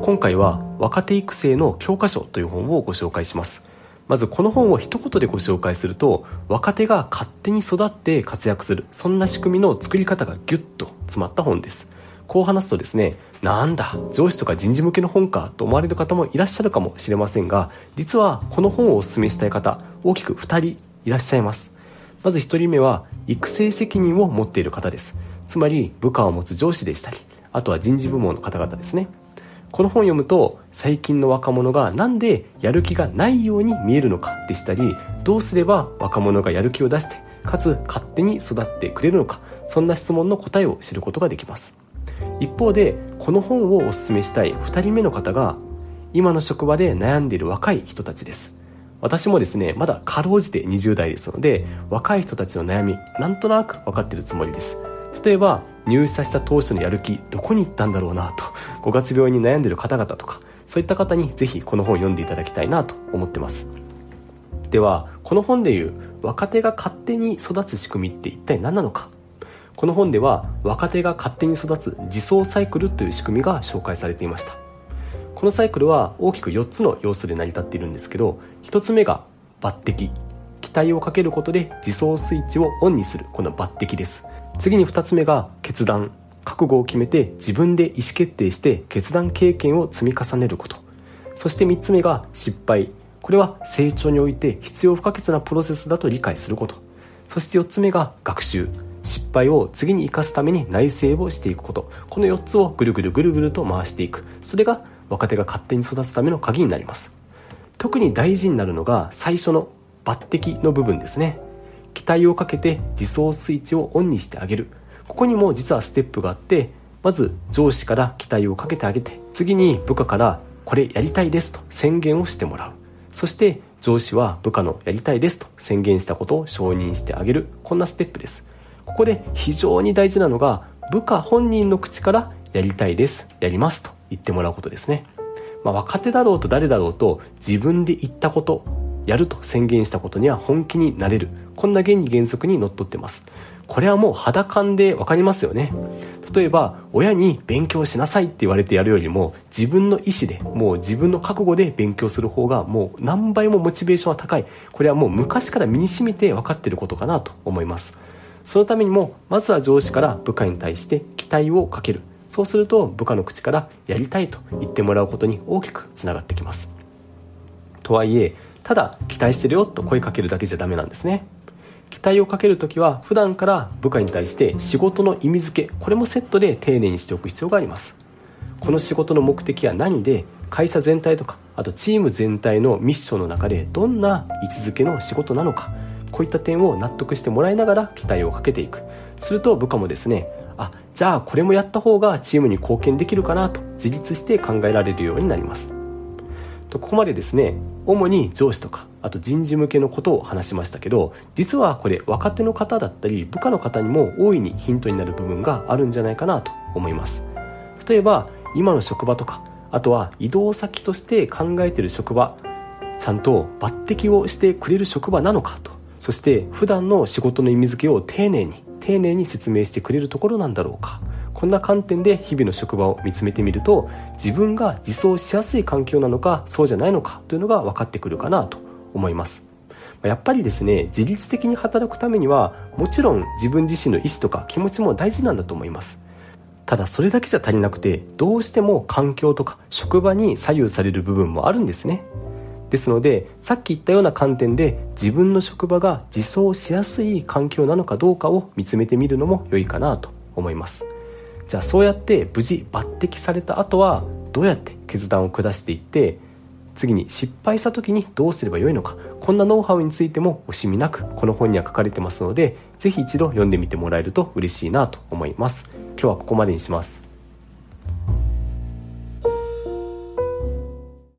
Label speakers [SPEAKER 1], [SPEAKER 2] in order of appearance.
[SPEAKER 1] 今回は若手育成の教科書という本をご紹介します。まずこの本を一言でご紹介すると、若手が勝手に育って活躍する、そんな仕組みの作り方がギュッと詰まった本です。こう話すとですね、なんだ上司とか人事向けの本かと思われる方もいらっしゃるかもしれませんが、実はこの本をお勧めしたい方、大きく2人いらっしゃいます。まず1人目は育成責任を持っている方です。つまり部下を持つ上司でしたり、あとは人事部門の方々ですね。この本を読むと、最近の若者がなんでやる気がないように見えるのかでしたり、どうすれば若者がやる気を出してかつ勝手に育ってくれるのか、そんな質問の答えを知ることができます。一方でこの本をお勧めしたい2人目の方が、今の職場で悩んでいる若い人たちです。私もですね、まだかろうじて20代ですので、若い人たちの悩みなんとなく分かっているつもりです。例えば入社した当初のやる気どこに行ったんだろうなと、5月病に悩んでいる方々とか、そういった方にぜひこの本を読んでいただきたいなと思ってます。ではこの本でいう若手が勝手に育つ仕組みって一体何なのか。この本では若手が勝手に育つ自走サイクルという仕組みが紹介されていました。このサイクルは大きく4つの要素で成り立っているんですけど、1つ目が抜擢、期待をかけることで自走スイッチをオンにする、この抜擢です。次に2つ目が決断、覚悟を決めて自分で意思決定して決断経験を積み重ねること。そして3つ目が失敗、これは成長において必要不可欠なプロセスだと理解すること。そして4つ目が学習、失敗を次に生かすために内省をしていくこと。この4つをぐるぐるぐるぐると回していく、それが若手が勝手に育つための鍵になります。特に大事になるのが最初の抜擢の部分ですね。期待をかけて自走スイッチをオンにしてあげる。ここにも実はステップがあって、まず上司から期待をかけてあげて、次に部下からこれやりたいですと宣言をしてもらう。そして上司は部下のやりたいですと宣言したことを承認してあげる。こんなステップです。ここで非常に大事なのが、部下本人の口からやりたいです、やりますと言ってもらうことですね。若手だろうと誰だろうと、自分で言ったこと、やると宣言したことには本気になれる、こんな原理原則にのっとってます。これはもう肌感で分かりますよね。例えば親に勉強しなさいって言われてやるよりも、自分の意思で、もう自分の覚悟で勉強する方がもう何倍もモチベーションは高い。これはもう昔から身に染みて分かっていることかなと思います。そのためにもまずは上司から部下に対して期待をかける。そうすると部下の口からやりたいと言ってもらうことに大きくつながってきます。とはいえ、ただ期待してるよと声かけるだけじゃダメなんですね。期待をかけるときは普段から部下に対して仕事の意味付け、これもセットで丁寧にしておく必要があります。この仕事の目的は何で、会社全体とか、あとチーム全体のミッションの中でどんな位置づけの仕事なのか、こういった点を納得してもらいながら期待をかけていく。すると部下もですね、じゃあこれもやった方がチームに貢献できるかなと自立して考えられるようになります。ここまでですね、主に上司とか、あと人事向けのことを話しましたけど、実はこれ若手の方だったり部下の方にも大いにヒントになる部分があるんじゃないかなと思います。例えば今の職場とか、あとは移動先として考えている職場、ちゃんと抜擢をしてくれる職場なのかと、そして普段の仕事の意味付けを丁寧に説明してくれるところなんだろうか。こんな観点で日々の職場を見つめてみると、自分が自走しやすい環境なのかそうじゃないのかというのが分かってくるかなと思います。やっぱりですね、自律的に働くためにはもちろん自分自身の意思とか気持ちも大事なんだと思います。ただそれだけじゃ足りなくて、どうしても環境とか職場に左右される部分もあるんですね。ですのでさっき言ったような観点で自分の職場が自走しやすい環境なのかどうかを見つめてみるのも良いかなと思います。じゃあそうやって無事抜擢された後はどうやって決断を下していって、次に失敗した時にどうすればよいのか、こんなノウハウについても惜しみなくこの本には書かれてますので、ぜひ一度読んでみてもらえると嬉しいなと思います。今日はここまでにします。